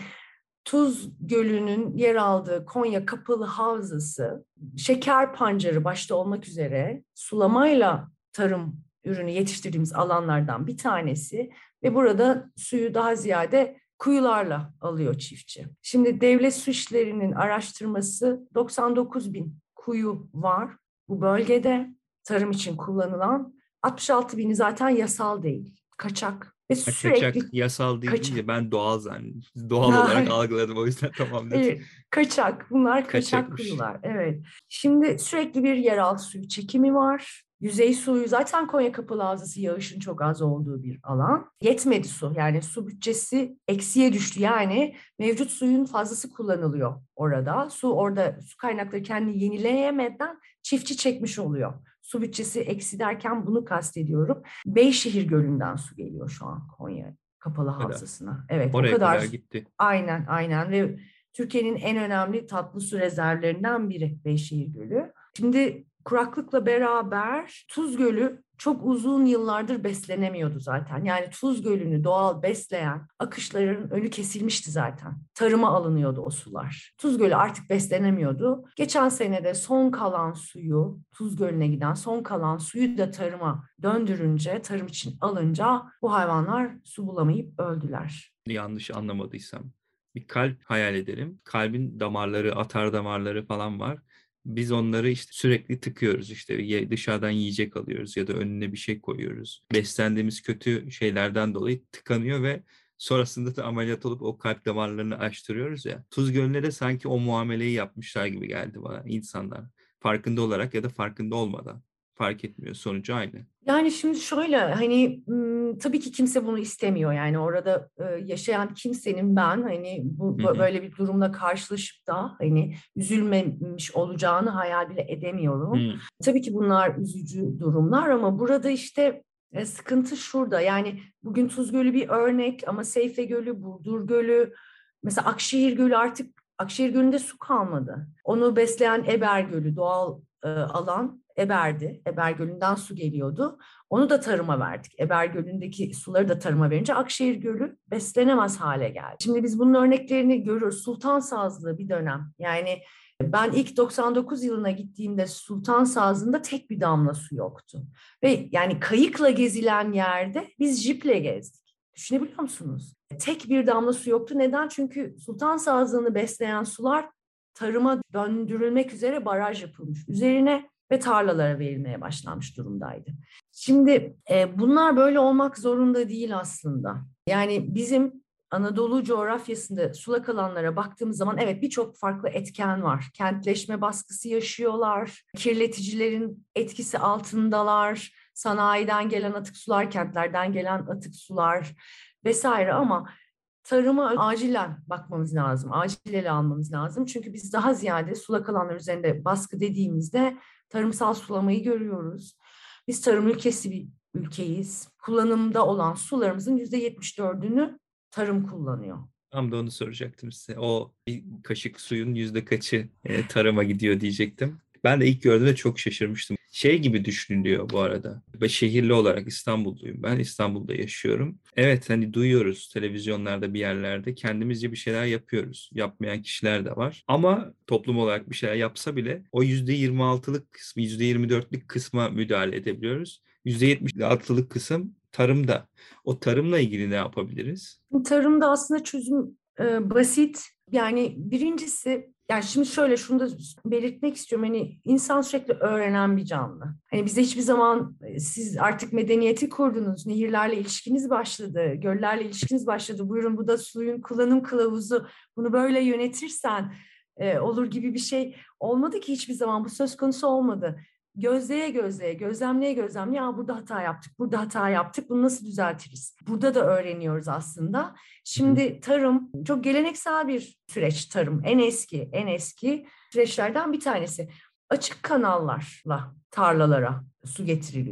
Tuz Gölü'nün yer aldığı Konya Kapalı Havzası, şeker pancarı başta olmak üzere sulamayla tarım ürünü yetiştirdiğimiz alanlardan bir tanesi ve burada suyu daha ziyade kuyularla alıyor çiftçi. Şimdi devlet su işlerinin araştırması 99 bin kuyu var bu bölgede tarım için kullanılan, 66 bini zaten yasal değil, kaçak ve
Kaçak,
sürekli
yasal değil
kaçak.
deyince ben doğal doğal olarak algıladım, o yüzden tamam dedim.
Kaçak. Bunlar kaçak
Kaçakmış.
kuyular. Evet. Şimdi sürekli bir yeraltı suyu çekimi var. Yüzey suyu, zaten Konya Kapalı Havzası yağışın çok az olduğu bir alan. Yetmedi su. Yani su bütçesi eksiye düştü. Yani mevcut suyun fazlası kullanılıyor orada. Orada su kaynakları kendini yenileyemeden çiftçi çekmiş oluyor. Su bütçesi eksi derken bunu kastediyorum. Beyşehir Gölü'nden su geliyor şu an Konya Kapalı
O kadar.
Havzası'na. Evet, o
Oraya kadar
kadar.
gitti.
Aynen, aynen ve Türkiye'nin en önemli tatlı su rezervlerinden biri Beyşehir Gölü. Şimdi kuraklıkla beraber Tuz Gölü çok uzun yıllardır beslenemiyordu zaten. Yani Tuz Gölü'nü doğal besleyen akışların önü kesilmişti zaten. Tarıma alınıyordu o sular. Tuz Gölü artık beslenemiyordu. Geçen sene de son kalan suyu, Tuz Gölü'ne giden son kalan suyu da tarıma döndürünce, tarım için alınca bu hayvanlar su bulamayıp öldüler.
Yanlış anlamadıysam. Bir kalp hayal edelim. Kalbin damarları, atar damarları falan var. Biz onları işte sürekli tıkıyoruz, işte dışarıdan yiyecek alıyoruz ya da önüne bir şey koyuyoruz. Beslendiğimiz kötü şeylerden dolayı tıkanıyor ve sonrasında da ameliyat olup o kalp damarlarını açtırıyoruz ya. Tuz Gölü'ne de sanki o muameleyi yapmışlar gibi geldi bana insanlar. Farkında olarak ya da farkında olmadan. Fark etmiyor. Sonucu aynı.
Yani şimdi şöyle, hani tabii ki kimse bunu istemiyor. Yani orada yaşayan kimsenin, ben hani
Hı hı.
böyle bir durumla karşılaşıp da hani üzülmemiş olacağını hayal bile edemiyorum.
Hı.
Tabii ki bunlar üzücü durumlar ama burada işte sıkıntı şurada. Yani bugün Tuz Gölü bir örnek ama Seyfe Gölü, Burdur Gölü, mesela Akşehir Gölü, artık Akşehir Gölü'nde su kalmadı. Onu besleyen Eber Gölü doğal alan Eber'di. Eber Gölü'nden su geliyordu. Onu da tarıma verdik. Eber Gölü'ndeki suları da tarıma verince Akşehir Gölü beslenemez hale geldi. Şimdi biz bunun örneklerini görüyoruz. Sultansazlı bir dönem. Yani ben ilk 99 yılına gittiğimde Sultansazlı'nda tek bir damla su yoktu. Ve yani kayıkla gezilen yerde biz jiple gezdik. Düşünebiliyor musunuz? Tek bir damla su yoktu. Neden? Çünkü Sultansazlığını besleyen sular tarıma döndürülmek üzere baraj yapılmış üzerine ve tarlalara verilmeye başlanmış durumdaydı. Şimdi bunlar böyle olmak zorunda değil aslında. Yani bizim Anadolu coğrafyasında sulak alanlara baktığımız zaman evet, birçok farklı etken var. Kentleşme baskısı yaşıyorlar, kirleticilerin etkisi altındalar, sanayiden gelen atık sular, kentlerden gelen atık sular vesaire, ama tarıma acilen bakmamız lazım, acil ele almamız lazım. Çünkü biz daha ziyade sulak alanlar üzerinde baskı dediğimizde tarımsal sulamayı görüyoruz. Biz tarım ülkesi bir ülkeyiz. Kullanımda olan sularımızın %74'ünü tarım kullanıyor.
Tam da onu soracaktım size. O bir kaşık suyun yüzde kaçı tarıma gidiyor diyecektim. Ben de ilk gördüğümde çok şaşırmıştım. Şey gibi düşünülüyor bu arada. Ve şehirli olarak İstanbulluyum ben. İstanbul'da yaşıyorum. Evet, hani duyuyoruz televizyonlarda, bir yerlerde kendimizce bir şeyler yapıyoruz. Yapmayan kişiler de var. Ama toplum olarak bir şeyler yapsa bile o %26'lık kısmı, %24'lük kısma müdahale edebiliyoruz. %76'lık kısım tarımda. O tarımla ilgili ne yapabiliriz?
Tarımda aslında çözüm basit. Yani birincisi, yani şimdi şöyle, şunu da belirtmek istiyorum. Hani insan sürekli öğrenen bir canlı. Hani bize hiçbir zaman siz artık medeniyeti kurdunuz, nehirlerle ilişkiniz başladı, göllerle ilişkiniz başladı. Buyurun, bu da suyun kullanım kılavuzu. Bunu böyle yönetirsen olur gibi bir şey olmadı ki, hiçbir zaman bu söz konusu olmadı. Gözleye gözleye, gözlemleye gözlemleye, ya burada hata yaptık, burada hata yaptık, bunu nasıl düzeltiriz? Burada da öğreniyoruz aslında.
Hı hı.
Şimdi tarım çok geleneksel bir süreç, tarım. En eski süreçlerden bir tanesi. Açık kanallarla tarlalara su getiriliyor.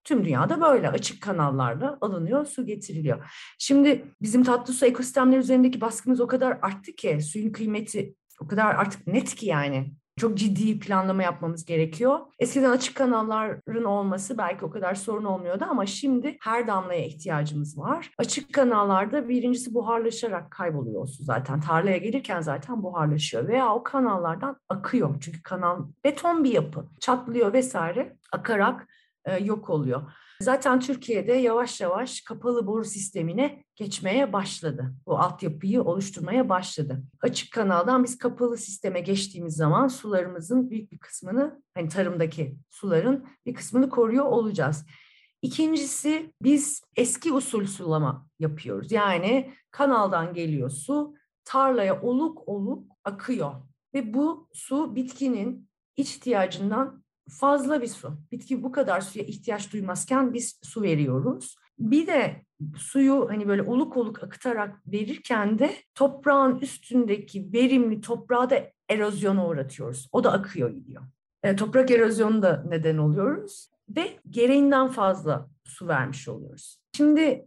Tüm dünyada böyle açık kanallarla alınıyor, su getiriliyor. Şimdi bizim tatlı su ekosistemleri üzerindeki baskımız o kadar arttı ki, suyun kıymeti o kadar artık net ki yani. Çok ciddi planlama yapmamız gerekiyor. Eskiden açık kanalların olması belki o kadar sorun olmuyordu ama şimdi her damlaya ihtiyacımız var. Açık kanallarda birincisi buharlaşarak kayboluyor su zaten. Tarlaya gelirken zaten buharlaşıyor veya o kanallardan akıyor. Çünkü kanal beton bir yapı. Çatlıyor vesaire, akarak yok oluyor. Zaten Türkiye'de yavaş yavaş kapalı boru sistemine geçmeye başladı. Bu altyapıyı oluşturmaya başladı. Açık kanaldan biz kapalı sisteme geçtiğimiz zaman sularımızın büyük bir kısmını, hani tarımdaki suların bir kısmını koruyor olacağız. İkincisi, biz eski usul sulama yapıyoruz. Yani kanaldan geliyor su, tarlaya oluk oluk akıyor. Ve bu su bitkinin ihtiyacından fazla bir su. Bitki bu kadar suya ihtiyaç duymazken biz su veriyoruz. Bir de suyu hani böyle oluk oluk akıtarak verirken de toprağın üstündeki verimli toprağı da erozyona uğratıyoruz. O da akıyor gidiyor. Toprak erozyonu da neden oluyoruz ve gereğinden fazla su vermiş oluyoruz. Şimdi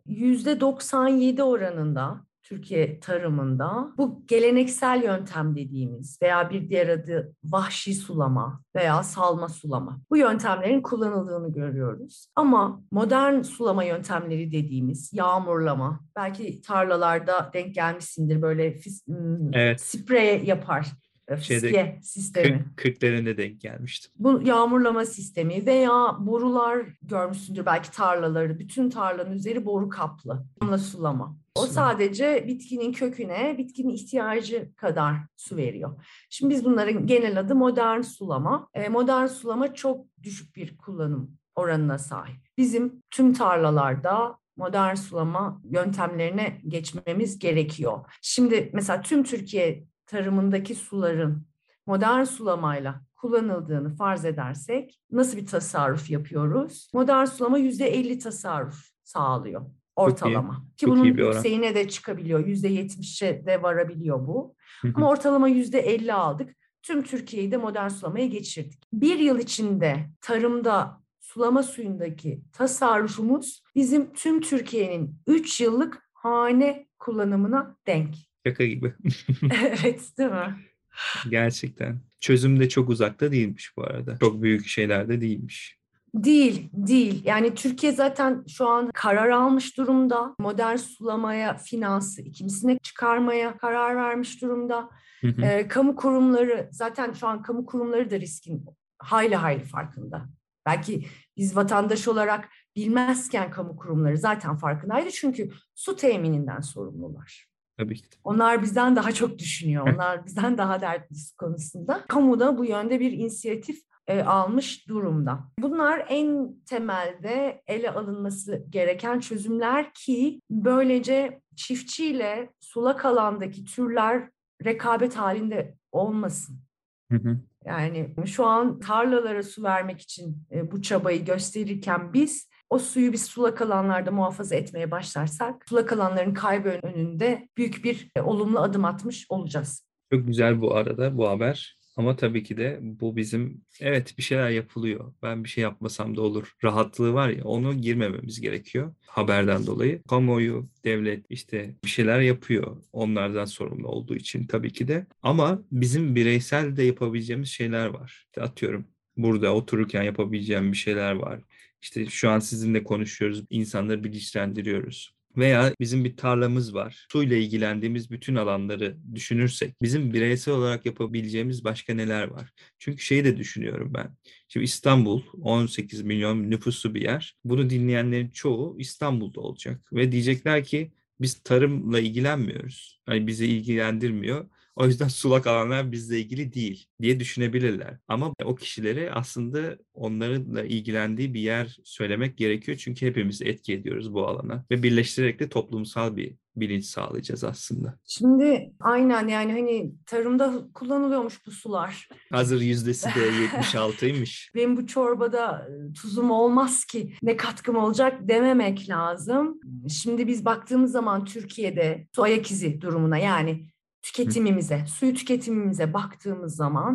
%97 oranında Türkiye tarımında bu geleneksel yöntem dediğimiz veya bir diğer adı vahşi sulama veya salma sulama. Bu yöntemlerin kullanıldığını görüyoruz. Ama modern sulama yöntemleri dediğimiz yağmurlama, belki tarlalarda denk gelmişsindir böyle
Evet.
sprey yapar.
Şeyde
Fiskiye sistemi.
40'larında denk gelmiştim.
Bu yağmurlama sistemi veya borular görmüşsündür belki tarlaları. Bütün tarlanın üzeri boru kaplı. Damla sulama. O sadece bitkinin köküne, bitkinin ihtiyacı kadar su veriyor. Şimdi biz bunların genel adı modern sulama. Modern sulama çok düşük bir kullanım oranına sahip. Bizim tüm tarlalarda modern sulama yöntemlerine geçmemiz gerekiyor. Şimdi mesela tüm Türkiye tarımındaki suların modern sulamayla kullanıldığını farz edersek nasıl bir tasarruf yapıyoruz? Modern sulama %50 tasarruf sağlıyor
Çok iyi.
ortalama. Ki
Çok iyi
bunun
bir oran.
yükseğine de çıkabiliyor. %70'e de varabiliyor bu.
Hı hı.
Ama ortalama %50 aldık. Tüm Türkiye'yi de modern sulamaya geçirdik. Bir yıl içinde tarımda sulama suyundaki tasarrufumuz bizim tüm Türkiye'nin 3 yıllık hane kullanımına denk.
Şaka gibi.
Evet, değil mi?
Gerçekten. Çözüm de çok uzakta değilmiş bu arada. Çok büyük şeyler de değilmiş.
Değil, değil. Yani Türkiye zaten şu an karar almış durumda. Modern sulamaya, finansı ikincisine çıkarmaya karar vermiş durumda.
Hı hı.
Kamu kurumları, zaten şu an kamu kurumları da riskin hayli hayli farkında. Belki biz vatandaş olarak bilmezken kamu kurumları zaten farkındaydı. Çünkü su temininden sorumlular.
Tabii ki de.
Onlar bizden daha çok düşünüyor. Onlar bizden daha dertli su konusunda. Kamu da bu yönde bir inisiyatif almış durumda. Bunlar en temelde ele alınması gereken çözümler ki böylece çiftçiyle sulak alandaki türler rekabet halinde olmasın.
Hı hı.
Yani şu an tarlalara su vermek için bu çabayı gösterirken biz o suyu biz sulak alanlarda muhafaza etmeye başlarsak sulak alanların kaybı önünde büyük bir olumlu adım atmış olacağız.
Çok güzel bu arada bu haber. Ama tabii ki de bu bizim evet bir şeyler yapılıyor. Ben bir şey yapmasam da olur. Rahatlığı var ya onu girmememiz gerekiyor haberden dolayı. Kamuoyu, devlet işte bir şeyler yapıyor. Onlardan sorumlu olduğu için tabii ki de. Ama bizim bireysel de yapabileceğimiz şeyler var. İşte atıyorum burada otururken yapabileceğim bir şeyler var. İşte şu an sizinle konuşuyoruz. İnsanları bilinçlendiriyoruz. Veya bizim bir tarlamız var. Suyla ilgilendiğimiz bütün alanları düşünürsek bizim bireysel olarak yapabileceğimiz başka neler var? Çünkü şeyi de düşünüyorum ben. Şimdi İstanbul 18 milyon nüfuslu bir yer. Bunu dinleyenlerin çoğu İstanbul'da olacak ve diyecekler ki biz tarımla ilgilenmiyoruz. Hani bizi ilgilendirmiyor. O yüzden sulak alanlar bizle ilgili değil diye düşünebilirler. Ama o kişilere aslında onlarınla ilgilendiği bir yer söylemek gerekiyor. Çünkü hepimiz etki ediyoruz bu alana. Ve birleştirerek de toplumsal bir bilinç sağlayacağız aslında.
Şimdi aynen yani hani tarımda kullanılıyormuş bu sular.
Hazır yüzdesi de 76'ymış.
Benim bu çorbada tuzum olmaz ki ne katkım olacak dememek lazım. Şimdi biz baktığımız zaman Türkiye'de su ayak izi durumuna yani tüketimimize, suyu tüketimimize baktığımız zaman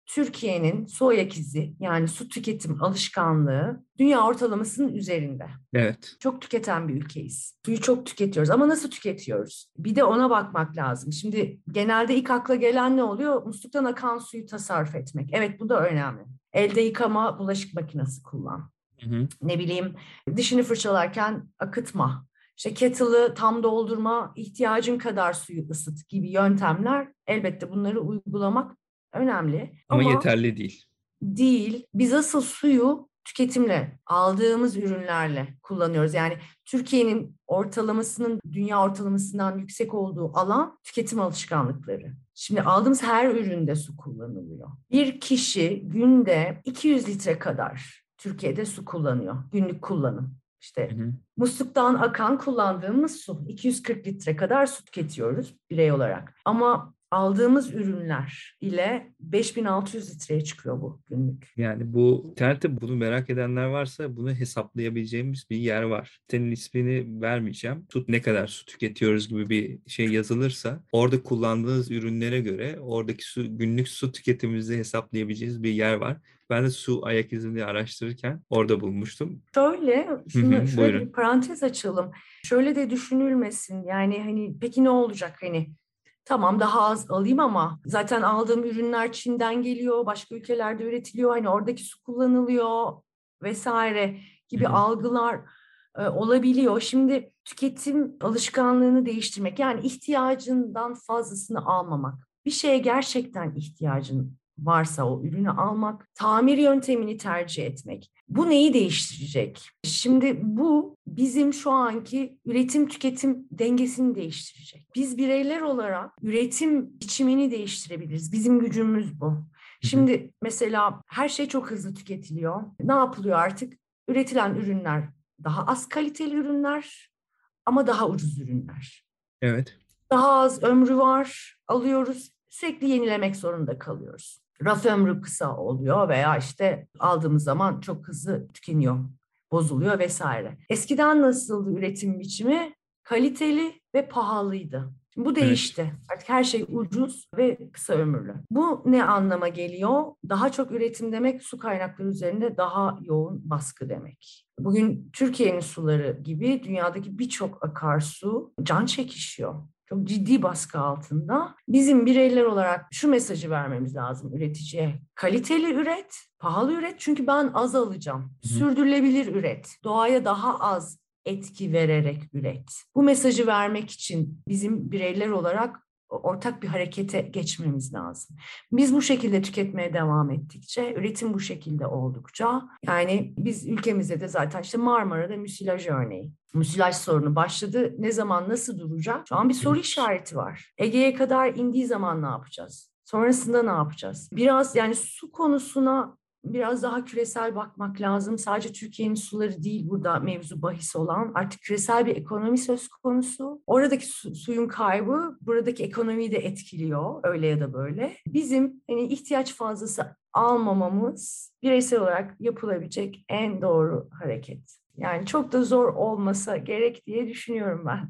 Türkiye'nin su ayak izi yani su tüketim alışkanlığı dünya ortalamasının üzerinde.
Evet.
Çok tüketen bir ülkeyiz. Suyu çok tüketiyoruz ama nasıl tüketiyoruz? Bir de ona bakmak lazım. Şimdi genelde ilk akla gelen ne oluyor? Musluktan akan suyu tasarruf etmek. Evet, bu da önemli. Elde yıkama, bulaşık makinesi kullan.
Hı hı.
Ne bileyim, dişini fırçalarken akıtma. İşte kettle'ı tam doldurma, ihtiyacın kadar suyu ısıt gibi yöntemler, elbette bunları uygulamak önemli.
Ama
Ama
yeterli değil.
değil, biz asıl suyu tüketimle, aldığımız ürünlerle kullanıyoruz. Yani Türkiye'nin ortalamasının dünya ortalamasından yüksek olduğu alan tüketim alışkanlıkları. Şimdi aldığımız her üründe su kullanılıyor. Bir kişi günde 200 litre kadar Türkiye'de su kullanıyor. Günlük kullanım.
Hı
İşte
hı.
musluktan akan kullandığımız su. 240 litre kadar su tüketiyoruz birey olarak. Ama aldığımız ürünler ile 5600 litreye çıkıyor bu günlük.
Yani bu internette bunu merak edenler varsa bunu hesaplayabileceğimiz bir yer var. Senin ismini vermeyeceğim. Ne kadar su tüketiyoruz gibi bir şey yazılırsa orada kullandığınız ürünlere göre oradaki günlük su tüketimimizi hesaplayabileceğiniz bir yer var. Ben de su ayak izini araştırırken orada bulmuştum.
Şöyle,
Hı hı,
şurada bir
buyurun.
parantez açalım. Şöyle de düşünülmesin. Yani hani peki ne olacak hani? Tamam, daha az alayım ama zaten aldığım ürünler Çin'den geliyor, başka ülkelerde üretiliyor. Hani oradaki su kullanılıyor vesaire
Hı
gibi
hı,
algılar olabiliyor. Şimdi tüketim alışkanlığını değiştirmek, yani ihtiyacından fazlasını almamak. Bir şeye gerçekten ihtiyacın varsa o ürünü almak, tamir yöntemini tercih etmek. Bu neyi değiştirecek? Şimdi bu bizim şu anki üretim tüketim dengesini değiştirecek. Biz bireyler olarak üretim biçimini değiştirebiliriz. Bizim gücümüz bu.
hı hı.
Şimdi mesela her şey çok hızlı tüketiliyor. Ne yapılıyor artık? Üretilen ürünler daha az kaliteli ürünler ama daha ucuz ürünler.
Evet.
Daha az ömrü var, alıyoruz, sürekli yenilemek zorunda kalıyoruz. Raf ömrü kısa oluyor veya işte aldığımız zaman çok hızlı tükeniyor, bozuluyor vesaire. Eskiden nasıldı üretim biçimi? Kaliteli ve pahalıydı. Şimdi bu
Evet.
değişti. Artık her şey ucuz ve kısa ömürlü. Bu ne anlama geliyor? Daha çok üretim demek su kaynakları üzerinde daha yoğun baskı demek. Bugün Türkiye'nin suları gibi dünyadaki birçok akarsu can çekişiyor. Çok ciddi baskı altında. Bizim bireyler olarak şu mesajı vermemiz lazım üreticiye. Kaliteli üret, pahalı üret çünkü ben az alacağım.
Hı hı.
Sürdürülebilir üret. Doğaya daha az etki vererek üret. Bu mesajı vermek için bizim bireyler olarak ortak bir harekete geçmemiz lazım. Biz bu şekilde tüketmeye devam ettikçe, üretim bu şekilde oldukça, yani biz ülkemizde de zaten işte Marmara'da müsilaj örneği. Müsilaj sorunu başladı. Ne zaman nasıl duracak? Şu an bir soru işareti var. Ege'ye kadar indiği zaman ne yapacağız? Sonrasında ne yapacağız? Biraz yani su konusuna biraz daha küresel bakmak lazım. Sadece Türkiye'nin suları değil burada mevzu bahis olan. Artık küresel bir ekonomi söz konusu. Oradaki suyun kaybı buradaki ekonomiyi de etkiliyor öyle ya da böyle. Bizim hani ihtiyaç fazlası almamamız bireysel olarak yapılabilecek en doğru hareket. Yani çok da zor olmasa gerek diye düşünüyorum ben.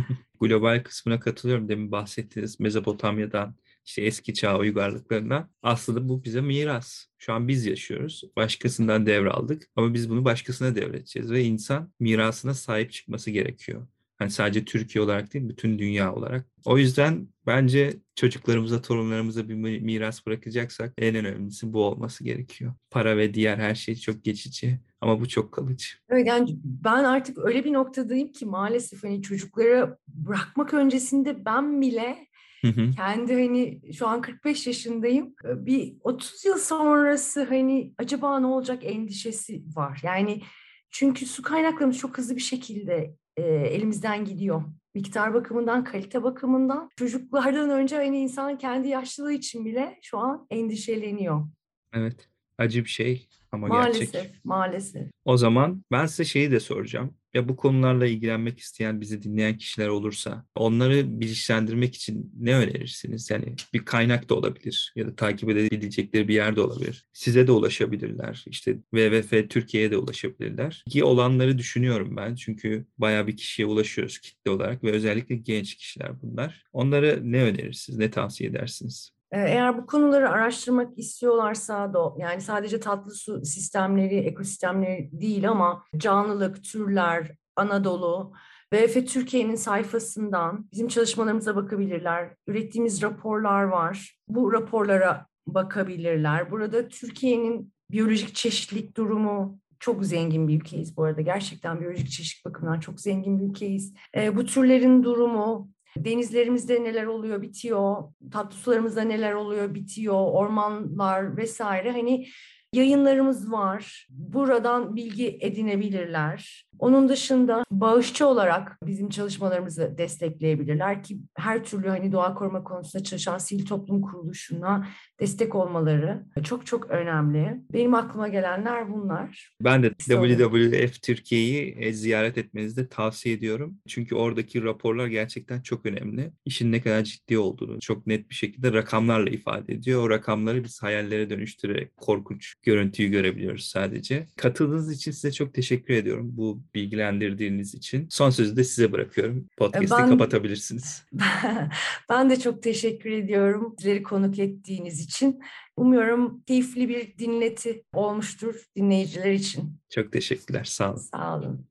Global kısmına katılıyorum. Demin bahsettiğiniz Mezopotamya'dan işte eski çağ uygarlıklarına. Aslında bu bize miras. Şu an biz yaşıyoruz. Başkasından devraldık. Ama biz bunu başkasına devredeceğiz. Ve insan mirasına sahip çıkması gerekiyor. Hani sadece Türkiye olarak değil, bütün dünya olarak. O yüzden bence çocuklarımıza, torunlarımıza bir miras bırakacaksak en önemlisi bu olması gerekiyor. Para ve diğer her şey çok geçici ama bu çok kalıcı.
Evet, yani ben artık öyle bir noktadayım ki maalesef hani çocuklara bırakmak öncesinde ben bile
Hı hı.
kendi hani şu an 45 yaşındayım. Bir 30 yıl sonrası hani acaba ne olacak endişesi var. Yani çünkü su kaynaklarımız çok hızlı bir şekilde elimizden gidiyor. Miktar bakımından, kalite bakımından. Çocuklardan önce hani insan kendi yaşlılığı için bile şu an endişeleniyor.
Evet, acı bir şey ama gerçek.
Maalesef, maalesef.
O zaman ben size şeyi de soracağım. Ya bu konularla ilgilenmek isteyen, bizi dinleyen kişiler olursa onları bilinçlendirmek için ne önerirsiniz? Yani bir kaynak da olabilir ya da takip edebilecekleri bir yer de olabilir. Size de ulaşabilirler. İşte WWF Türkiye'ye de ulaşabilirler. Ki olanları düşünüyorum ben. Çünkü bayağı bir kişiye ulaşıyoruz kitle olarak ve özellikle genç kişiler bunlar. Onlara ne önerirsiniz, ne tavsiye edersiniz?
Eğer bu konuları araştırmak istiyorlarsa da yani sadece tatlı su sistemleri, ekosistemleri değil ama canlılık, türler, Anadolu ve EFE Türkiye'nin sayfasından bizim çalışmalarımıza bakabilirler. Ürettiğimiz raporlar var. Bu raporlara bakabilirler. Burada Türkiye'nin biyolojik çeşitlilik durumu çok zengin bir ülkeyiz bu arada. Gerçekten biyolojik çeşitlilik bakımından çok zengin bir ülkeyiz. Bu türlerin durumu, denizlerimizde neler oluyor, bitiyor, tatlı sularımızda neler oluyor, bitiyor, ormanlar vesaire. Hani yayınlarımız var. Buradan bilgi edinebilirler. Onun dışında bağışçı olarak bizim çalışmalarımızı destekleyebilirler ki her türlü hani doğa koruma konusunda çalışan sivil toplum kuruluşuna destek olmaları çok çok önemli. Benim aklıma gelenler bunlar.
Ben de
Size olur.
WWF Türkiye'yi ziyaret etmenizi de tavsiye ediyorum. Çünkü oradaki raporlar gerçekten çok önemli. İşin ne kadar ciddi olduğunu çok net bir şekilde rakamlarla ifade ediyor. O rakamları biz hayallere dönüştürerek korkunç görüntüyü görebiliyoruz sadece. Katıldığınız için size çok teşekkür ediyorum. Bu bilgilendirdiğiniz için. Son sözü de size bırakıyorum. Podcast'i
Ben
kapatabilirsiniz.
ben de çok teşekkür ediyorum bizleri konuk ettiğiniz için. Umuyorum keyifli bir dinleti olmuştur dinleyiciler için.
Çok teşekkürler. Sağ olun.
Sağ olun.